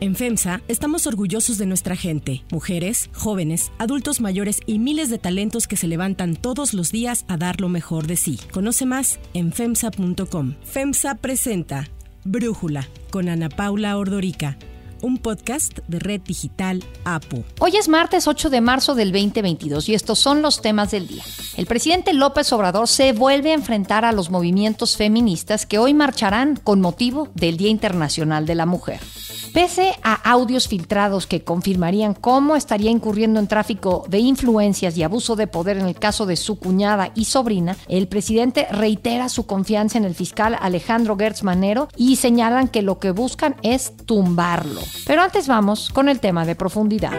En FEMSA estamos orgullosos de nuestra gente, mujeres, jóvenes, adultos mayores y miles de talentos que se levantan todos los días a dar lo mejor de sí. Conoce más en FEMSA.com. FEMSA presenta Brújula con Ana Paula Ordorica, un podcast de Red Digital APO. Hoy es martes 8 de marzo del 2022 y estos son los temas del día. El presidente López Obrador se vuelve a enfrentar a los movimientos feministas que hoy marcharán con motivo del Día Internacional de la Mujer. Pese a audios filtrados que confirmarían cómo estaría incurriendo en tráfico de influencias y abuso de poder en el caso de su cuñada y sobrina, el presidente reitera su confianza en el fiscal Alejandro Gertz Manero y señalan que lo que buscan es tumbarlo. Pero antes vamos con el tema de profundidad.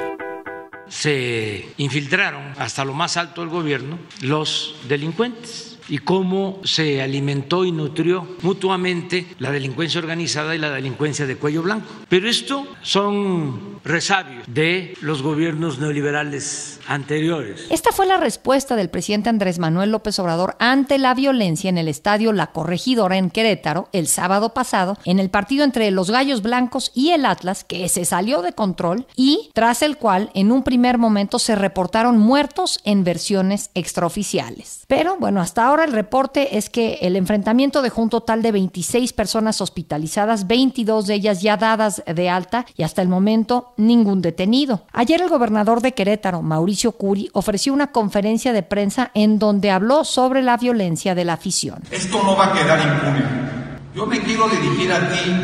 Se infiltraron hasta lo más alto del gobierno los delincuentes y cómo se alimentó y nutrió mutuamente la delincuencia organizada y la delincuencia de cuello blanco. Pero esto son resabios de los gobiernos neoliberales anteriores. Esta fue la respuesta del presidente Andrés Manuel López Obrador ante la violencia en el estadio La Corregidora en Querétaro el sábado pasado, en el partido entre los Gallos Blancos y el Atlas, que se salió de control y tras el cual en un primer momento se reportaron muertos en versiones extraoficiales. Pero bueno, hasta ahora el reporte es que el enfrentamiento dejó un total de 26 personas hospitalizadas, 22 de ellas ya dadas de alta y hasta el momento ningún detenido. Ayer el gobernador de Querétaro, Mauricio Curi, ofreció una conferencia de prensa en donde habló sobre la violencia de la afición. Esto no va a quedar impune. Yo me quiero dirigir a ti,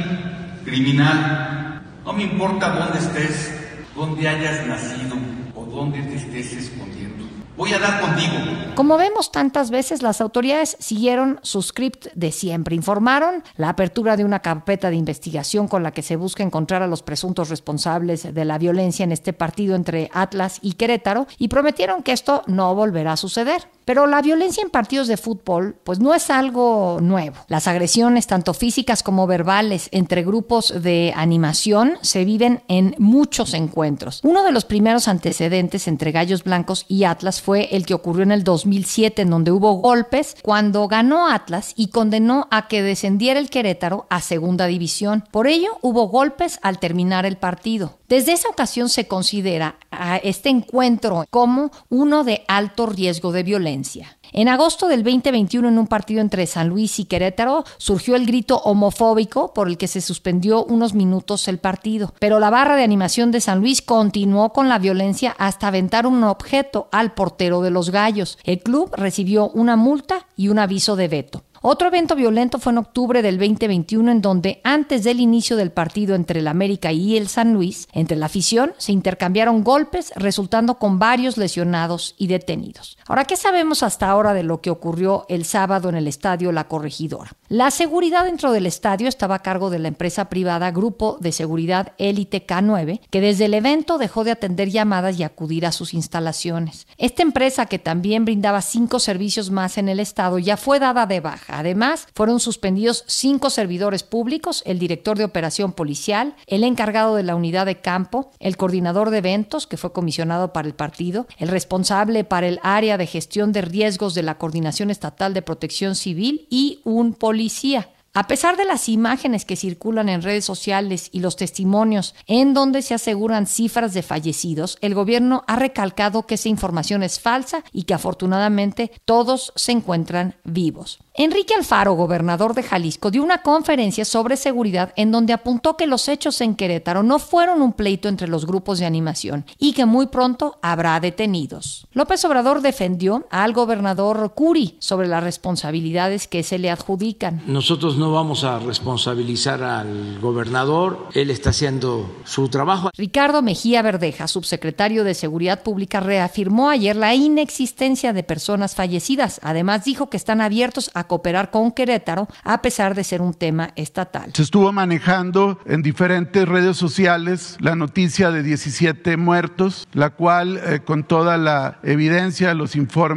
criminal. No me importa dónde estés, dónde hayas nacido o dónde te estés escondiendo. Voy a dar contigo. Como vemos tantas veces, las autoridades siguieron su script de siempre. Informaron la apertura de una carpeta de investigación con la que se busca encontrar a los presuntos responsables de la violencia en este partido entre Atlas y Querétaro y prometieron que esto no volverá a suceder. Pero la violencia en partidos de fútbol pues no es algo nuevo. Las agresiones, tanto físicas como verbales, entre grupos de animación se viven en muchos encuentros. Uno de los primeros antecedentes entre Gallos Blancos y Atlas fue el que ocurrió en el 2007, en donde hubo golpes cuando ganó Atlas y condenó a que descendiera el Querétaro a segunda división. Por ello, hubo golpes al terminar el partido. Desde esa ocasión se considera a este encuentro como uno de alto riesgo de violencia. En agosto del 2021, en un partido entre San Luis y Querétaro, surgió el grito homofóbico por el que se suspendió unos minutos el partido. Pero la barra de animación de San Luis continuó con la violencia hasta aventar un objeto al portero de los Gallos. El club recibió una multa y un aviso de veto. Otro evento violento fue en octubre del 2021, en donde antes del inicio del partido entre el América y el San Luis, entre la afición se intercambiaron golpes, resultando con varios lesionados y detenidos. Ahora, ¿qué sabemos hasta ahora de lo que ocurrió el sábado en el estadio La Corregidora? La seguridad dentro del estadio estaba a cargo de la empresa privada Grupo de Seguridad Élite K9, que desde el evento dejó de atender llamadas y acudir a sus instalaciones. Esta empresa, que también brindaba 5 servicios más en el estado, ya fue dada de baja. Además, fueron suspendidos 5 servidores públicos, el director de operación policial, el encargado de la unidad de campo, el coordinador de eventos, que fue comisionado para el partido, el responsable para el área de gestión de riesgos de la Coordinación Estatal de Protección Civil y un policía. A pesar de las imágenes que circulan en redes sociales y los testimonios en donde se aseguran cifras de fallecidos, el gobierno ha recalcado que esa información es falsa y que afortunadamente todos se encuentran vivos. Enrique Alfaro, gobernador de Jalisco, dio una conferencia sobre seguridad en donde apuntó que los hechos en Querétaro no fueron un pleito entre los grupos de animación y que muy pronto habrá detenidos. López Obrador defendió al gobernador Curi sobre las responsabilidades que se le adjudican. Nosotros no vamos a responsabilizar al gobernador, él está haciendo su trabajo. Ricardo Mejía Verdeja, subsecretario de Seguridad Pública, reafirmó ayer la inexistencia de personas fallecidas. Además, dijo que están abiertos a cooperar con Querétaro a pesar de ser un tema estatal. Se estuvo manejando en diferentes redes sociales la noticia de 17 muertos, la cual con toda la evidencia, los informes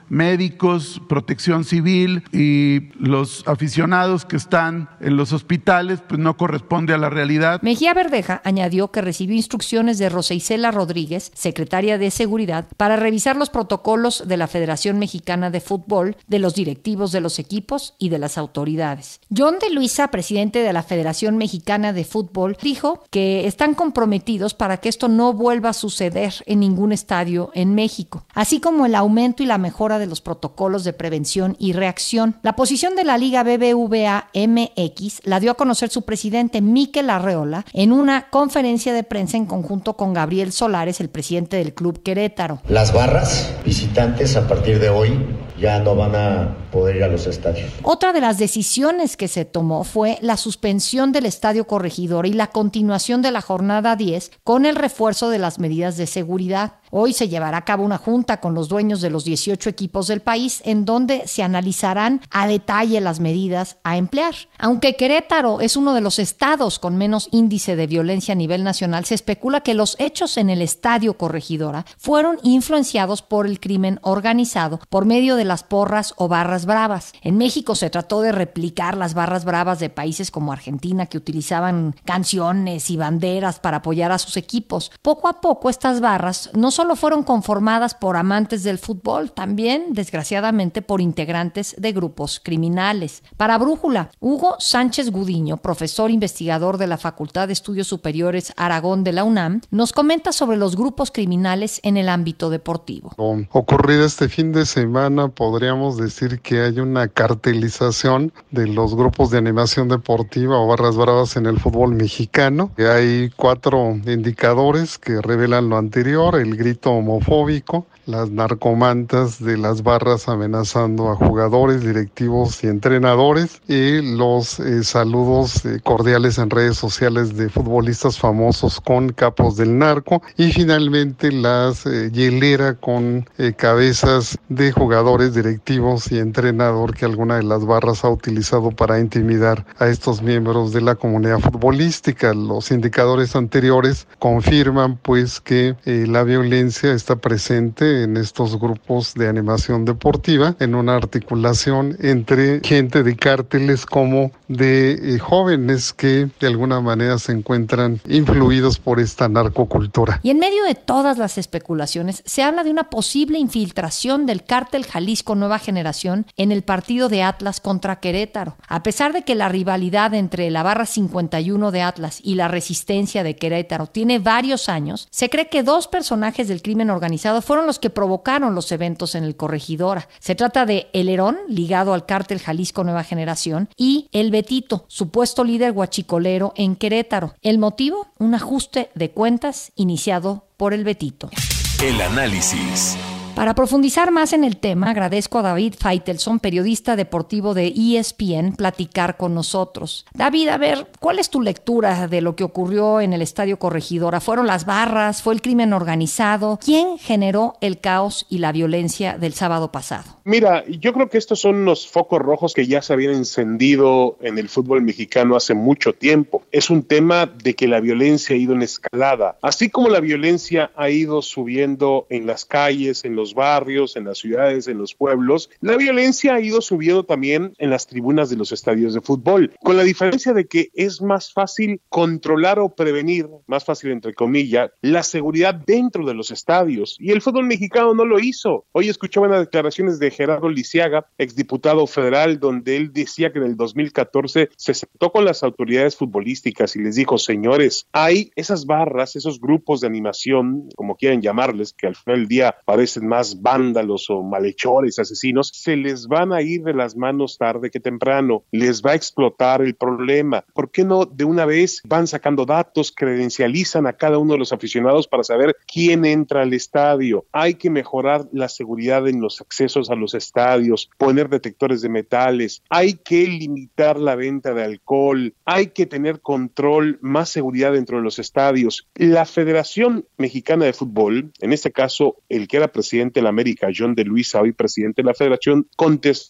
médicos, protección civil y los aficionados que están en los hospitales, pues no corresponde a la realidad. Mejía Verdeja añadió que recibió instrucciones de Rosa Isela Rodríguez, secretaria de Seguridad, para revisar los protocolos de la Federación Mexicana de Fútbol, de los directivos de los equipos y de las autoridades. John de Luisa, presidente de la Federación Mexicana de Fútbol, dijo que están comprometidos para que esto no vuelva a suceder en ningún estadio en México, así como el aumento y la mejora de los protocolos de prevención y reacción. La posición de la Liga BBVA MX la dio a conocer su presidente Mikel Arreola en una conferencia de prensa en conjunto con Gabriel Solares, el presidente del Club Querétaro. Las barras visitantes a partir de hoy ya no van a poder ir a los estadios. Otra de las decisiones que se tomó fue la suspensión del Estadio Corregidora y la continuación de la jornada 10 con el refuerzo de las medidas de seguridad. Hoy se llevará a cabo una junta con los dueños de los 18 equipos del país en donde se analizarán a detalle las medidas a emplear. Aunque Querétaro es uno de los estados con menos índice de violencia a nivel nacional, se especula que los hechos en el Estadio Corregidora fueron influenciados por el crimen organizado por medio de las porras o barras bravas. En México se trató de replicar las barras bravas de países como Argentina, que utilizaban canciones y banderas para apoyar a sus equipos. Poco a poco estas barras no solo fueron conformadas por amantes del fútbol, también, desgraciadamente, por integrantes de grupos criminales. Para Brújula, Hugo Sánchez Gudiño, profesor investigador de la Facultad de Estudios Superiores Aragón de la UNAM, nos comenta sobre los grupos criminales en el ámbito deportivo. Ocurrido este fin de semana, podríamos decir que hay una cartelización de los grupos de animación deportiva o barras bravas en el fútbol mexicano. Hay 4 indicadores que revelan lo anterior: el grito homofóbico, las narcomantas de las barras amenazando a jugadores, directivos y entrenadores, y los saludos cordiales en redes sociales de futbolistas famosos con capos del narco, y finalmente las hielera con cabezas de jugadores, directivos y entrenador que alguna de las barras ha utilizado para intimidar a estos miembros de la comunidad futbolística. Los indicadores anteriores confirman pues que la violencia está presente en estos grupos de animación deportiva, en una articulación entre gente de cárteles como de jóvenes que de alguna manera se encuentran influidos por esta narcocultura. Y en medio de todas las especulaciones, se habla de una posible infiltración del cártel Jalisco Nueva Generación en el partido de Atlas contra Querétaro. A pesar de que la rivalidad entre la barra 51 de Atlas y la Resistencia de Querétaro tiene varios años, se cree que 2 personajes del crimen organizado fueron los que provocaron los eventos en el Corregidora. Se trata de El Herón, ligado al cártel Jalisco Nueva Generación, y El Betito, supuesto líder guachicolero en Querétaro. El motivo, un ajuste de cuentas iniciado por El Betito. El análisis. Para profundizar más en el tema, agradezco a David Feitelson, periodista deportivo de ESPN, platicar con nosotros. David, a ver, ¿cuál es tu lectura de lo que ocurrió en el Estadio Corregidora? ¿Fueron las barras? ¿Fue el crimen organizado? ¿Quién generó el caos y la violencia del sábado pasado? Mira, yo creo que estos son unos focos rojos que ya se habían encendido en el fútbol mexicano hace mucho tiempo. Es un tema de que la violencia ha ido en escalada. Así como la violencia ha ido subiendo en las calles, en los barrios, en las ciudades, en los pueblos, la violencia ha ido subiendo también en las tribunas de los estadios de fútbol, con la diferencia de que es más fácil controlar o prevenir, más fácil entre comillas, la seguridad dentro de los estadios, y el fútbol mexicano no lo hizo. Hoy escuchaba unas declaraciones de Gerardo Lisiaga, exdiputado federal, donde él decía que en el 2014 se sentó con las autoridades futbolísticas y les dijo: señores, hay esas barras, esos grupos de animación, como quieran llamarles, que al final del día parecen más vándalos o malhechores, asesinos, se les van a ir de las manos tarde que temprano, les va a explotar el problema. ¿Por qué no de una vez van sacando datos, credencializan a cada uno de los aficionados para saber quién entra al estadio? Hay que mejorar la seguridad en los accesos a los estadios, poner detectores de metales, hay que limitar la venta de alcohol, hay que tener control, más seguridad dentro de los estadios. La Federación Mexicana de Fútbol, en este caso el que era presidente de la América, John de Luisa, hoy presidente de la Federación, contestó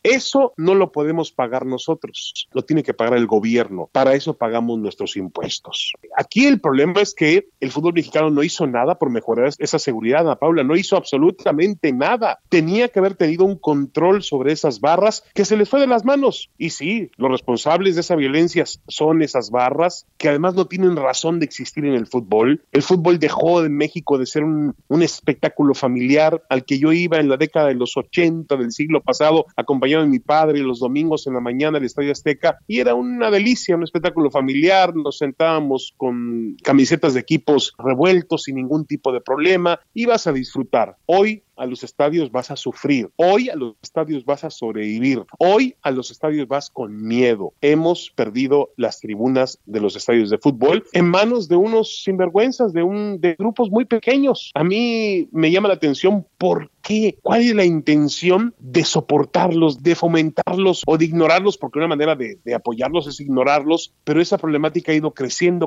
Eso no lo podemos pagar nosotros, lo tiene que pagar el gobierno. Para eso pagamos nuestros impuestos. Aquí el problema es que el fútbol mexicano no hizo nada por mejorar esa seguridad, Ana Paula, no hizo absolutamente nada. Tenía que haber tenido un control sobre esas barras que se les fue de las manos. Y sí, los responsables de esa violencia son esas barras que además no tienen razón de existir en el fútbol. El fútbol dejó en México de ser un espectáculo familiar al que yo iba en la década de los 80 del siglo pasado, acompañado de mi padre los domingos en la mañana al Estadio Azteca, y era una delicia, un espectáculo familiar. Nos sentábamos con camisetas de equipos revueltos sin ningún tipo de problema, ibas a disfrutar. Hoy a los estadios vas a sufrir, hoy a los estadios vas a sobrevivir, hoy a los estadios vas con miedo. Hemos perdido las tribunas de los estadios de fútbol en manos de unos sinvergüenzas, de grupos muy pequeños. A mí me llama la atención por qué, cuál es la intención de soportarlos, de fomentarlos o de ignorarlos, porque una manera de apoyarlos es ignorarlos, pero esa problemática ha ido creciendo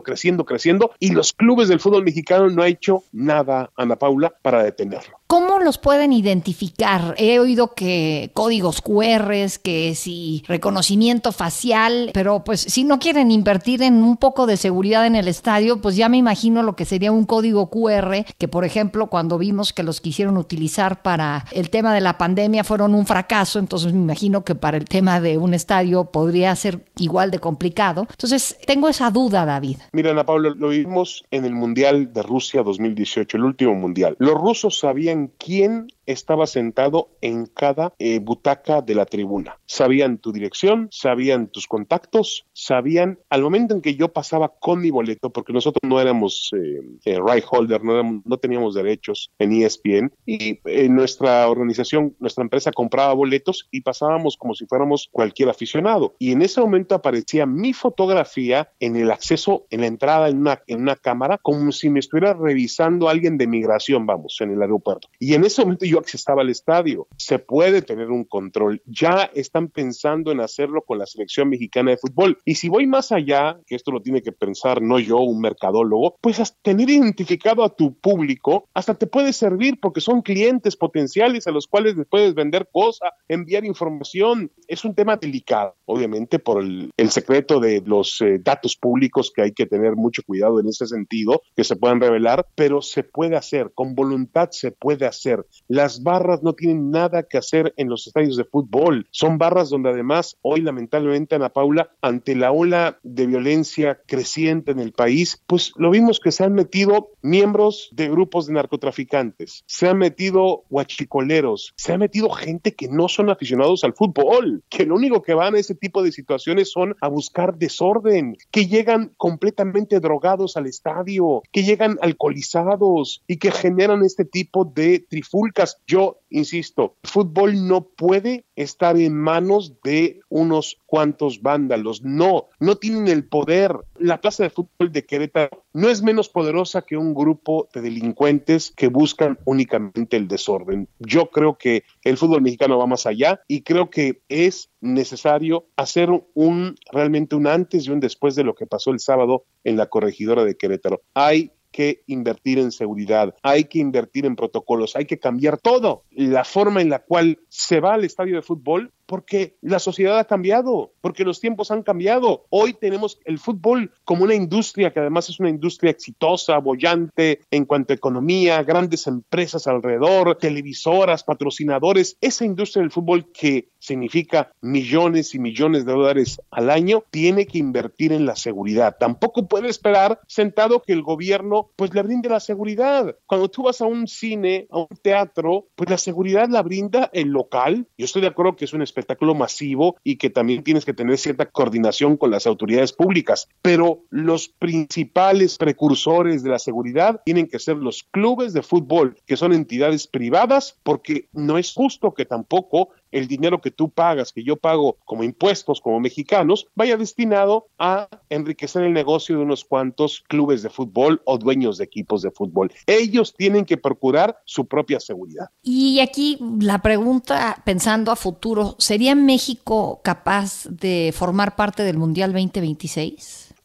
y los clubes del fútbol mexicano no han hecho nada, Ana Paula, para detenerlo. ¿Cómo los pueden identificar? He oído que códigos QR, que si reconocimiento facial, pero pues si no quieren invertir en un poco de seguridad en el estadio, pues ya me imagino lo que sería un código QR, que por ejemplo cuando vimos que los quisieron utilizar para el tema de la pandemia fueron un fracaso, entonces me imagino que para el tema de un estadio podría ser igual de complicado. Entonces tengo esa duda, David. Mira, Ana Paula, lo vimos en el Mundial de Rusia 2018, el último Mundial. Los rusos sabían quién estaba sentado en cada butaca de la tribuna. Sabían tu dirección, sabían tus contactos, sabían al momento en que yo pasaba con mi boleto, porque nosotros no éramos right holder, no teníamos derechos en ESPN, y nuestra organización, nuestra empresa compraba boletos y pasábamos como si fuéramos cualquier aficionado. Y en ese momento aparecía mi fotografía en el acceso, en la entrada en una cámara, como si me estuviera revisando alguien de migración, vamos, en el aeropuerto. Y en ese momento yo accesaba al estadio. Se puede tener un control. Ya están pensando en hacerlo con la selección mexicana de fútbol. Y si voy más allá, que esto lo tiene que pensar no yo, un mercadólogo, pues hasta tener identificado a tu público hasta te puede servir porque son clientes potenciales a los cuales les puedes vender cosas, enviar información. Es un tema delicado, obviamente, por el secreto de los datos públicos, que hay que tener mucho cuidado en ese sentido, que se puedan revelar, pero se puede hacer, con voluntad se puede hacer. Las barras no tienen nada que hacer en los estadios de fútbol. Son barras donde además hoy lamentablemente, Ana Paula, ante la ola de violencia creciente en el país, pues lo vimos que se han metido miembros de grupos de narcotraficantes, se han metido huachicoleros, se ha metido gente que no son aficionados al fútbol, que lo único que van a ese tipo de situaciones son a buscar desorden, que llegan completamente drogados al estadio, que llegan alcoholizados y que generan este tipo de trifulcas. Yo insisto, el fútbol no puede estar en manos de unos cuantos vándalos, no tienen el poder. La plaza de fútbol de Querétaro no es menos poderosa que un grupo de delincuentes que buscan únicamente el desorden. Yo creo que el fútbol mexicano va más allá y creo que es necesario hacer realmente un antes y un después de lo que pasó el sábado en la corregidora de Querétaro. Hay que invertir en seguridad, hay que invertir en protocolos, hay que cambiar todo, la forma en la cual se va al estadio de fútbol, porque la sociedad ha cambiado, porque los tiempos han cambiado. Hoy tenemos el fútbol como una industria que además es una industria exitosa, boyante en cuanto a economía, grandes empresas alrededor, televisoras, patrocinadores. Esa industria del fútbol que significa millones y millones de dólares al año, tiene que invertir en la seguridad. Tampoco puede esperar sentado que el gobierno pues le brinde la seguridad. Cuando tú vas a un cine, a un teatro, pues la seguridad la brinda el local. Yo estoy de acuerdo que es un espectáculo masivo y que también tienes que tener cierta coordinación con las autoridades públicas, pero los principales precursores de la seguridad tienen que ser los clubes de fútbol, que son entidades privadas, porque no es justo que tampoco el dinero que tú pagas, que yo pago como impuestos, como mexicanos, vaya destinado a enriquecer el negocio de unos cuantos clubes de fútbol o dueños de equipos de fútbol. Ellos tienen que procurar su propia seguridad. Y aquí la pregunta, pensando a futuro, ¿sería México capaz de formar parte del Mundial 2026?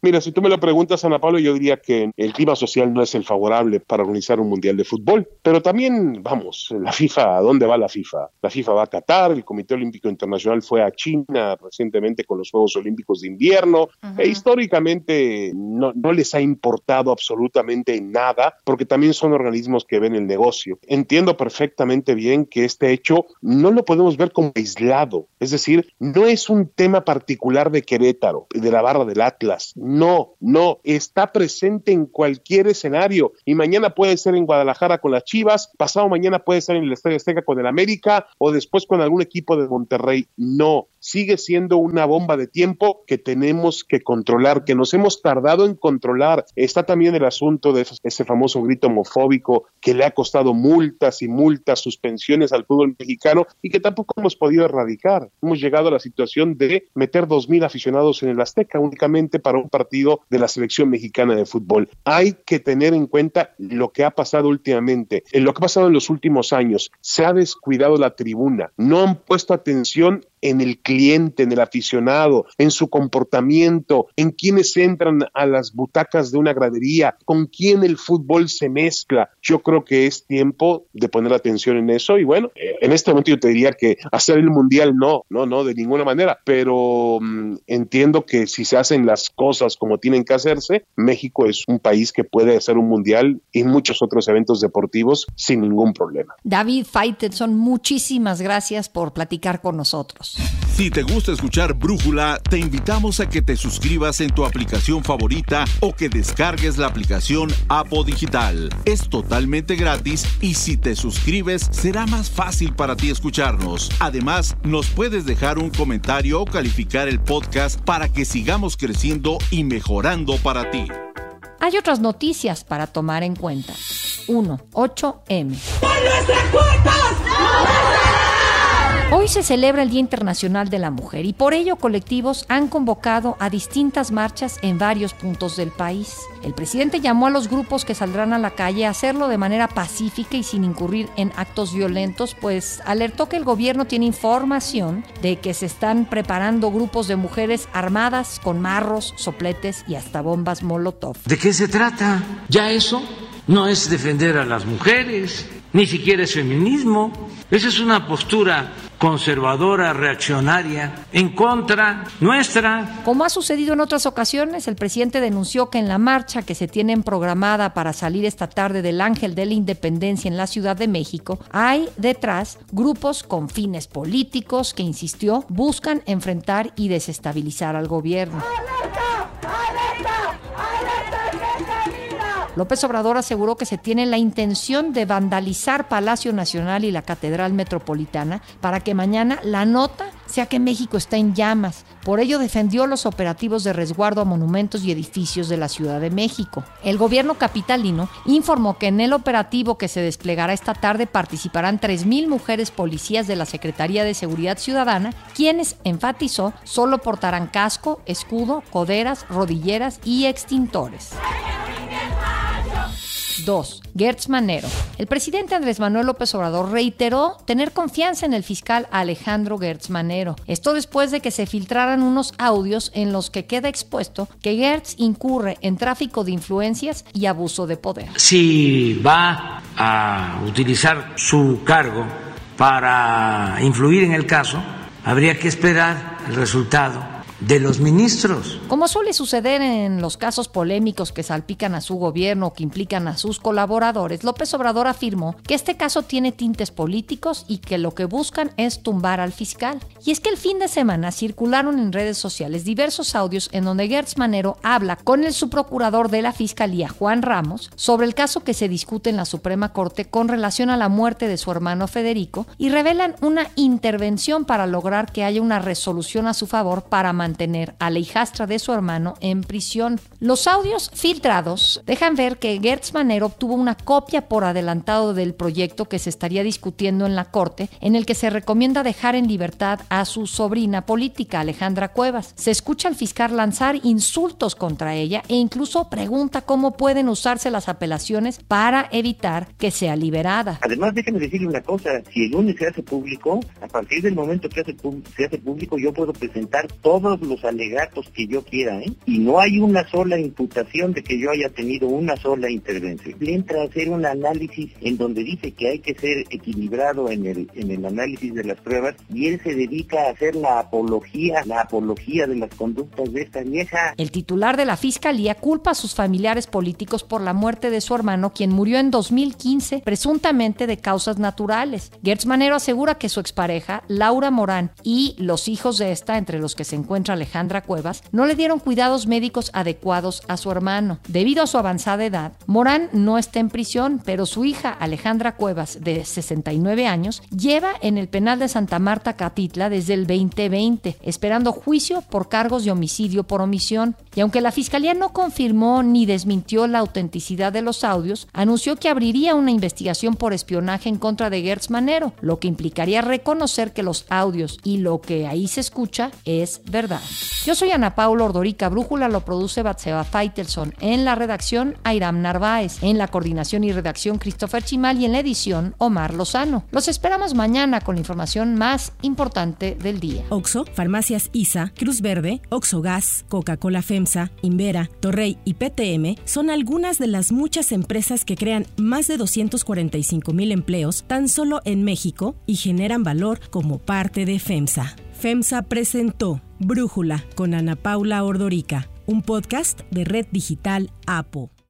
Mira, si tú me lo preguntas, Ana Paula, yo diría que el clima social no es el favorable para organizar un mundial de fútbol, pero también, vamos, la FIFA, ¿a dónde va la FIFA? La FIFA va a Qatar, el Comité Olímpico Internacional fue a China recientemente con los Juegos Olímpicos de Invierno, e históricamente no les ha importado absolutamente nada, porque también son organismos que ven el negocio. Entiendo perfectamente bien que este hecho no lo podemos ver como aislado, es decir, no es un tema particular de Querétaro, de la barra del Atlas, no, está presente en cualquier escenario, y mañana puede ser en Guadalajara con las Chivas, pasado mañana puede ser en el Estadio Azteca con el América, o después con algún equipo de Monterrey. No, sigue siendo una bomba de tiempo que tenemos que controlar, que nos hemos tardado en controlar. Está también el asunto de ese famoso grito homofóbico que le ha costado multas y multas, suspensiones al fútbol mexicano, y que tampoco hemos podido erradicar. Hemos llegado a la situación de meter 2,000 aficionados en el Azteca únicamente para un partido de la selección mexicana de fútbol. Hay que tener en cuenta lo que ha pasado últimamente, lo que ha pasado en los últimos años. Se ha descuidado la tribuna, no han puesto atención en el cliente, en el aficionado, en su comportamiento, en quienes entran a las butacas de una gradería, con quién el fútbol se mezcla. Yo creo que es tiempo de poner atención en eso, y bueno, en este momento yo te diría que hacer el mundial no, de ninguna manera, pero entiendo que si se hacen las cosas como tienen que hacerse, México es un país que puede hacer un mundial y muchos otros eventos deportivos sin ningún problema. David Faitelson, muchísimas gracias por platicar con nosotros. Si te gusta escuchar Brújula, te invitamos a que te suscribas en tu aplicación favorita o que descargues la aplicación Apo Digital. Es totalmente gratis y si te suscribes será más fácil para ti escucharnos. Además, nos puedes dejar un comentario o calificar el podcast para que sigamos creciendo y mejorando para ti. Hay otras noticias para tomar en cuenta. 1. 8M. Hoy se celebra el Día Internacional de la Mujer y por ello colectivos han convocado a distintas marchas en varios puntos del país. El presidente llamó a los grupos que saldrán a la calle a hacerlo de manera pacífica y sin incurrir en actos violentos, pues alertó que el gobierno tiene información de que se están preparando grupos de mujeres armadas con marros, sopletes y hasta bombas Molotov. ¿De qué se trata? Ya eso no es defender a las mujeres, ni siquiera es feminismo. Esa es una postura conservadora, reaccionaria, en contra nuestra. Como ha sucedido en otras ocasiones, el presidente denunció que en la marcha que se tienen programada para salir esta tarde del Ángel de la Independencia en la Ciudad de México, hay detrás grupos con fines políticos que, insistió, buscan enfrentar y desestabilizar al gobierno. ¡Alerta! ¡Alerta! López Obrador aseguró que se tiene la intención de vandalizar Palacio Nacional y la Catedral Metropolitana para que mañana la nota sea que México está en llamas. Por ello defendió los operativos de resguardo a monumentos y edificios de la Ciudad de México. El gobierno capitalino informó que en el operativo que se desplegará esta tarde participarán 3,000 mujeres policías de la Secretaría de Seguridad Ciudadana, quienes, enfatizó, solo portarán casco, escudo, coderas, rodilleras y extintores. 2. Gertz Manero. El presidente Andrés Manuel López Obrador reiteró tener confianza en el fiscal Alejandro Gertz Manero. Esto después de que se filtraran unos audios en los que queda expuesto que Gertz incurre en tráfico de influencias y abuso de poder. Si va a utilizar su cargo para influir en el caso, habría que esperar el resultado de los ministros. Como suele suceder en los casos polémicos que salpican a su gobierno o que implican a sus colaboradores, López Obrador afirmó que este caso tiene tintes políticos y que lo que buscan es tumbar al fiscal. Y es que el fin de semana circularon en redes sociales diversos audios en donde Gertz Manero habla con el subprocurador de la Fiscalía, Juan Ramos, sobre el caso que se discute en la Suprema Corte con relación a la muerte de su hermano Federico, y revelan una intervención para lograr que haya una resolución a su favor para mantener a la hijastra de su hermano en prisión. Los audios filtrados dejan ver que Gertz Manero obtuvo una copia por adelantado del proyecto que se estaría discutiendo en la Corte, en el que se recomienda dejar en libertad a su sobrina política, Alejandra Cuevas. Se escucha al fiscal lanzar insultos contra ella e incluso pregunta cómo pueden usarse las apelaciones para evitar que sea liberada. Además, déjame decirle una cosa, si el lunes se hace público, a partir del momento que se hace público, yo puedo presentar todos todos los alegatos que yo quiera, y no hay una sola imputación de que yo haya tenido una sola intervención. Le entra a hacer un análisis en donde dice que hay que ser equilibrado en el análisis de las pruebas, y él se dedica a hacer la apología de las conductas de esta vieja. El titular de la Fiscalía culpa a sus familiares políticos por la muerte de su hermano, quien murió en 2015, presuntamente de causas naturales. Gertz Manero asegura que su expareja, Laura Morán, y los hijos de esta, entre los que se encuentra Alejandra Cuevas, no le dieron cuidados médicos adecuados a su hermano. Debido a su avanzada edad, Morán no está en prisión, pero su hija, Alejandra Cuevas, de 69 años, lleva en el penal de Santa Marta, Catitla, desde el 2020, esperando juicio por cargos de homicidio por omisión. Y aunque la Fiscalía no confirmó ni desmintió la autenticidad de los audios, anunció que abriría una investigación por espionaje en contra de Gertz Manero, lo que implicaría reconocer que los audios y lo que ahí se escucha es verdad. Yo soy Ana Paula Ordorica. Brújula lo produce Batseba Faitelson. En la redacción, Airam Narváez. En la coordinación y redacción, Christopher Chimal. Y en la edición, Omar Lozano. Los esperamos mañana con la información más importante del día. Oxxo, Farmacias ISA, Cruz Verde, Oxxo Gas, Coca-Cola FEMSA, Invera, Torrey y PTM son algunas de las muchas empresas que crean más de 245,000 empleos tan solo en México y generan valor como parte de FEMSA. FEMSA presentó Brújula con Ana Paula Ordorica, un podcast de Red Digital APO.